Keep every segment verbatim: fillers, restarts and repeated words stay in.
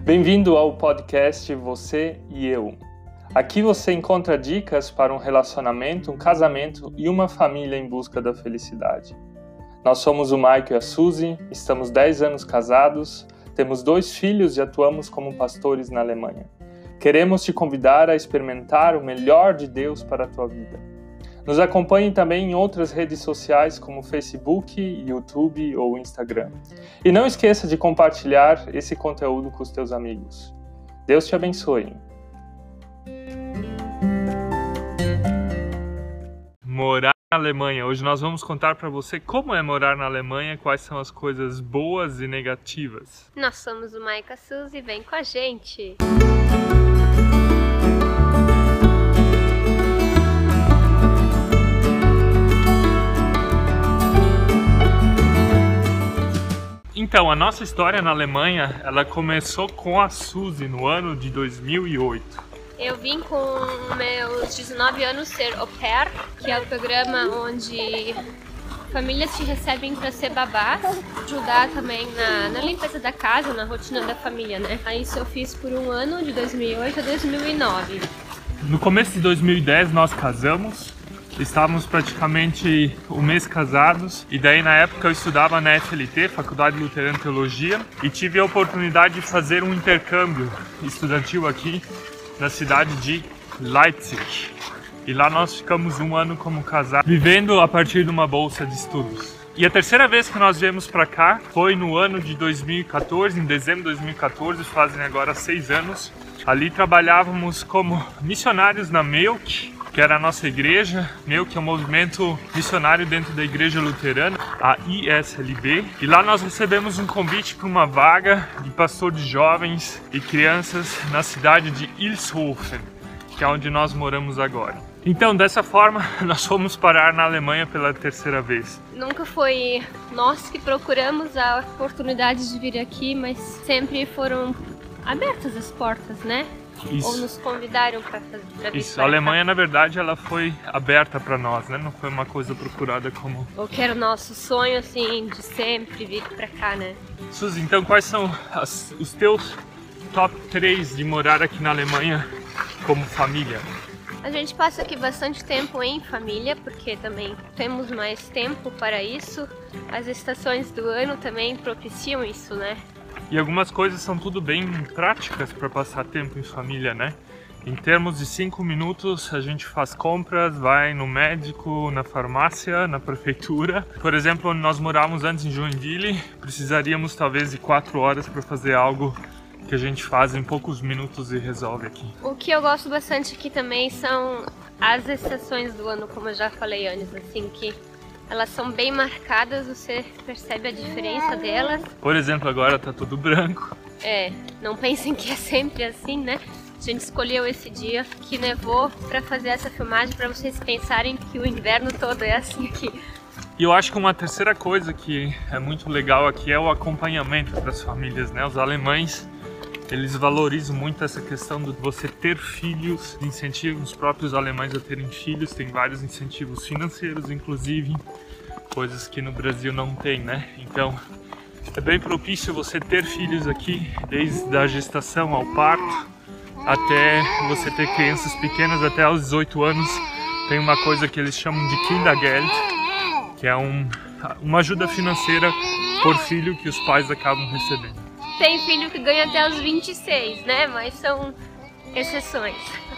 Bem-vindo ao podcast Você e Eu. Aqui você encontra dicas para um relacionamento, um casamento e uma família em busca da felicidade. Nós somos o Michael e a Suzy, estamos dez anos casados, temos dois filhos e atuamos como pastores na Alemanha. Queremos te convidar a experimentar o melhor de Deus para a tua vida. Nos acompanhe também em outras redes sociais como Facebook, YouTube ou Instagram. E não esqueça de compartilhar esse conteúdo com os teus amigos. Deus te abençoe. Morar na Alemanha. Hoje nós vamos contar para você como é morar na Alemanha, quais são as coisas boas e negativas. Nós somos o Michael e a Suzy, vem com a gente! Então, a nossa história na Alemanha, ela começou com a Suzy no ano de dois mil e oito. Eu vim com meus dezenove anos ser au pair, que é o programa onde famílias te recebem para ser babás, ajudar também na, na limpeza da casa, na rotina da família, né? Aí isso eu fiz por um ano, de dois mil e oito a dois mil e nove. No começo de dois mil e dez nós casamos. Estávamos praticamente um mês casados e daí na época eu estudava na F L T, Faculdade Luterana de Teologia, e tive a oportunidade de fazer um intercâmbio estudantil aqui na cidade de Leipzig. E lá nós ficamos um ano como casados, vivendo a partir de uma bolsa de estudos. E a terceira vez que nós viemos para cá foi no ano de dois mil e quatorze, em dezembro de dois mil e quatorze, fazem agora seis anos. Ali trabalhávamos como missionários na Melk, que era a nossa igreja. Melk é um movimento missionário dentro da igreja luterana, a I S L B. E lá nós recebemos um convite para uma vaga de pastor de jovens e crianças na cidade de Ilshofen, que é onde nós moramos agora. Então, dessa forma, nós fomos parar na Alemanha pela terceira vez. Nunca foi nós que procuramos a oportunidade de vir aqui, mas sempre foram abertas as portas, né? Isso. Ou nos convidaram para vir. Isso, a Alemanha, na verdade, ela foi aberta para nós, né? Não foi uma coisa procurada como... Ou que era o nosso sonho, assim, de sempre vir para cá, né? Suzy, então quais são as, os teus top três de morar aqui na Alemanha como família? A gente passa aqui bastante tempo em família, porque também temos mais tempo para isso. As estações do ano também propiciam isso, né? E algumas coisas são tudo bem práticas para passar tempo em família, né? Em termos de cinco minutos, a gente faz compras, vai no médico, na farmácia, na prefeitura. Por exemplo, onde nós morávamos antes em Joinville, precisaríamos talvez de quatro horas para fazer algo que a gente faz em poucos minutos e resolve aqui. O que eu gosto bastante aqui também são as estações do ano, como eu já falei antes, assim, que elas são bem marcadas, você percebe a diferença delas. Por exemplo, agora tá tudo branco. É, não pensem que é sempre assim, né? A gente escolheu esse dia que nevou para fazer essa filmagem para vocês pensarem que o inverno todo é assim aqui. E eu acho que uma terceira coisa que é muito legal aqui é o acompanhamento para as famílias, né? Os alemães, eles valorizam muito essa questão de você ter filhos, incentivam os próprios alemães a terem filhos, tem vários incentivos financeiros, inclusive, coisas que no Brasil não tem, né? Então, é bem propício você ter filhos aqui, desde a gestação ao parto, até você ter crianças pequenas, até aos dezoito anos, tem uma coisa que eles chamam de Kindergeld, que é um, uma ajuda financeira por filho que os pais acabam recebendo. Tem filho que ganha até os vinte e seis, né? Mas são exceções.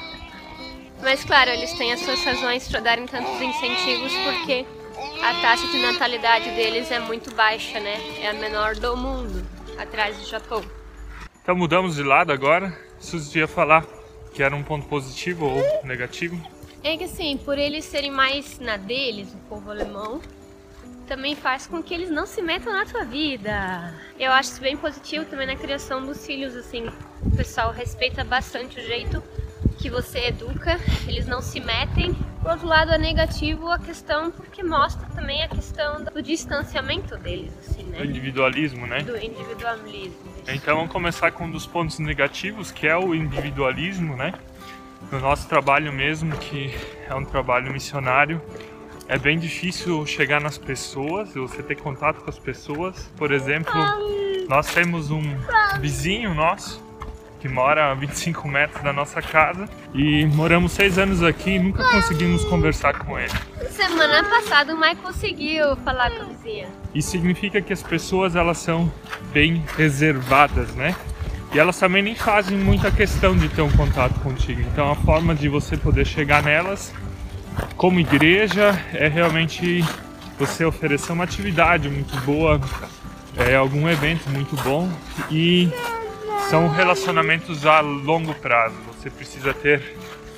Mas claro, eles têm as suas razões para darem tantos incentivos porque a taxa de natalidade deles é muito baixa, né? É a menor do mundo, atrás do Japão. Então mudamos de lado agora. Suzy ia falar que era um ponto positivo ou negativo? É que assim, por eles serem mais na deles, o povo alemão, também faz com que eles não se metam na tua vida. Eu acho isso bem positivo também na criação dos filhos, assim. O pessoal respeita bastante o jeito que você educa, eles não se metem. Por outro lado, é negativo a questão, porque mostra também a questão do distanciamento deles, assim, né? Do individualismo, né? Do individualismo. Isso. Então vamos começar com um dos pontos negativos, que é o individualismo, né? No nosso trabalho mesmo, que é um trabalho missionário, é bem difícil chegar nas pessoas, você ter contato com as pessoas. Por exemplo, nós temos um vizinho nosso que mora a vinte e cinco metros da nossa casa. E moramos seis anos aqui e nunca conseguimos conversar com ele. Semana passada o Mike conseguiu falar com a vizinha. Isso significa que as pessoas, elas são bem reservadas, né? E elas também nem fazem muita questão de ter um contato contigo. Então a forma de você poder chegar nelas, como igreja, é realmente você oferecer uma atividade muito boa, é, algum evento muito bom. E são relacionamentos a longo prazo. Você precisa ter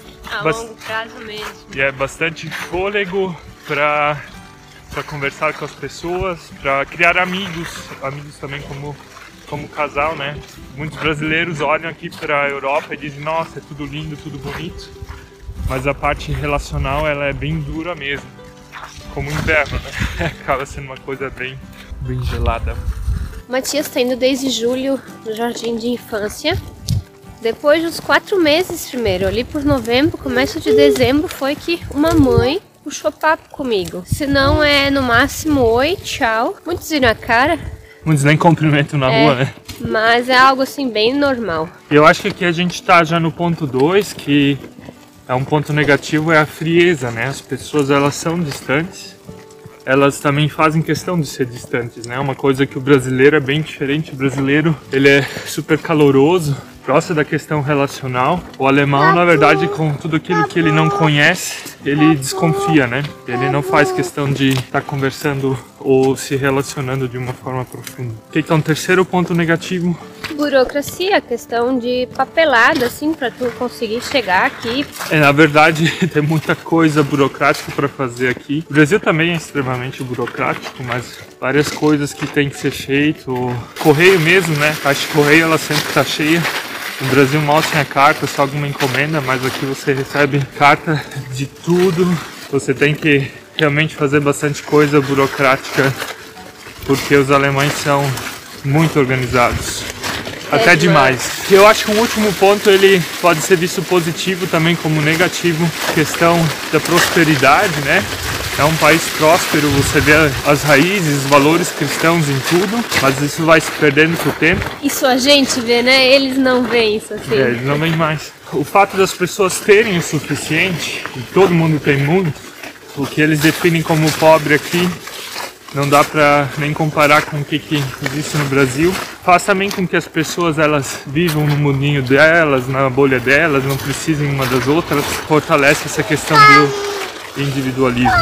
A bas- longo prazo mesmo. e é bastante fôlego para para conversar com as pessoas, para criar amigos, amigos também como como casal, né? Muitos brasileiros olham aqui para a Europa e dizem: nossa, é tudo lindo, tudo bonito, mas a parte relacional ela é bem dura mesmo, como o inverno, né? Acaba sendo uma coisa bem bem gelada. O Matias está indo desde julho no jardim de infância. Depois dos quatro meses primeiro, ali por novembro, começo de dezembro, foi que uma mãe puxou papo comigo. Se não é no máximo oi, tchau. Muitos viram a cara, Muitos nem cumprimentam na É. rua, né? mas é algo assim bem normal. Eu acho que aqui a gente está já no ponto dois, que é um ponto negativo, é a frieza, né? As pessoas, elas são distantes, elas também fazem questão de ser distantes, né? Uma coisa que o brasileiro é bem diferente. O brasileiro, ele é super caloroso, gosta da questão relacional. O alemão, na verdade, com tudo aquilo que ele não conhece, ele desconfia, né? Ele não faz questão de estar conversando ou se relacionando de uma forma profunda. O que é um terceiro ponto negativo? Burocracia, questão de papelada, assim, para tu conseguir chegar aqui. É, na verdade, tem muita coisa burocrática para fazer aqui. O Brasil também é extremamente burocrático, mas várias coisas que tem que ser feito. Correio mesmo, né? A caixa de correio, ela sempre está cheia. No Brasil mal tinha carta, só alguma encomenda, mas aqui você recebe carta de tudo. Você tem que realmente fazer bastante coisa burocrática, porque os alemães são muito organizados. Até demais. Eu acho que um último ponto, ele pode ser visto positivo também como negativo, questão da prosperidade, né? É um país próspero, você vê as raízes, os valores cristãos em tudo, mas isso vai se perdendo com o tempo. Isso a gente vê, né? Eles não veem isso assim. É, eles não vêm mais. O fato das pessoas terem o suficiente, e todo mundo tem muito, o que eles definem como pobre aqui, não dá pra nem comparar com o que, que existe no Brasil. Faz também com que as pessoas, elas vivam no mundinho delas, na bolha delas, não precisem uma das outras. Fortalece essa questão do individualismo.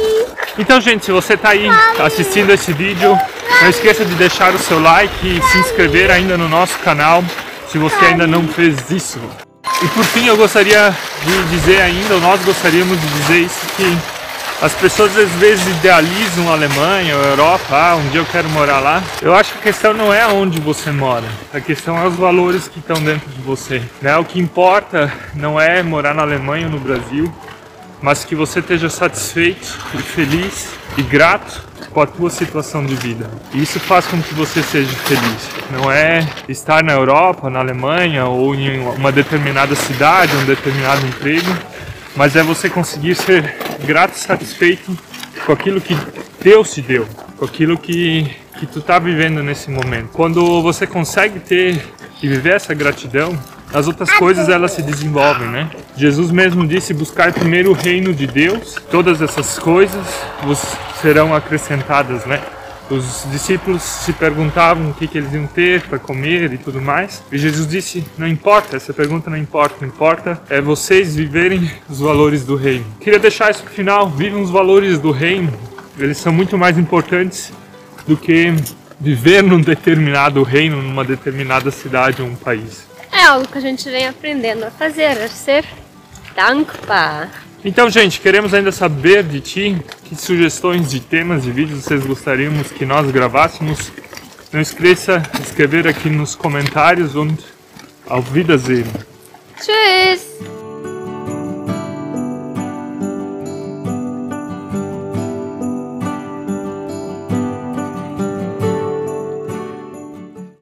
Então, gente, se você tá aí assistindo esse vídeo, não esqueça de deixar o seu like e se inscrever ainda no nosso canal, se você ainda não fez isso. E por fim, eu gostaria de dizer ainda, ou nós gostaríamos de dizer isso, que as pessoas às vezes idealizam a Alemanha, a Europa, ah, um dia eu quero morar lá. Eu acho que a questão não é onde você mora, a questão é os valores que estão dentro de você, né? O que importa não é morar na Alemanha ou no Brasil, mas que você esteja satisfeito e feliz e grato com a tua situação de vida. E isso faz com que você seja feliz. Não é estar na Europa, na Alemanha ou em uma determinada cidade, um determinado emprego, mas é você conseguir ser grato e satisfeito com aquilo que Deus te deu, com aquilo que, que tu está vivendo nesse momento. Quando você consegue ter e viver essa gratidão, as outras coisas elas se desenvolvem, né? Jesus mesmo disse: buscar primeiro o reino de Deus, todas essas coisas vos serão acrescentadas, né? Os discípulos se perguntavam o que, que eles iam ter para comer e tudo mais. E Jesus disse: não importa, essa pergunta não importa. O que importa é vocês viverem os valores do reino. Queria deixar isso para o final. Vivam os valores do reino. Eles são muito mais importantes do que viver num determinado reino, numa determinada cidade ou um país. É algo que a gente vem aprendendo a fazer, a ser dankbar. Então, gente, queremos ainda saber de ti que sugestões de temas de vídeos vocês gostariam que nós gravássemos. Não esqueça de escrever aqui nos comentários und auf Wiedersehen. Tschüss!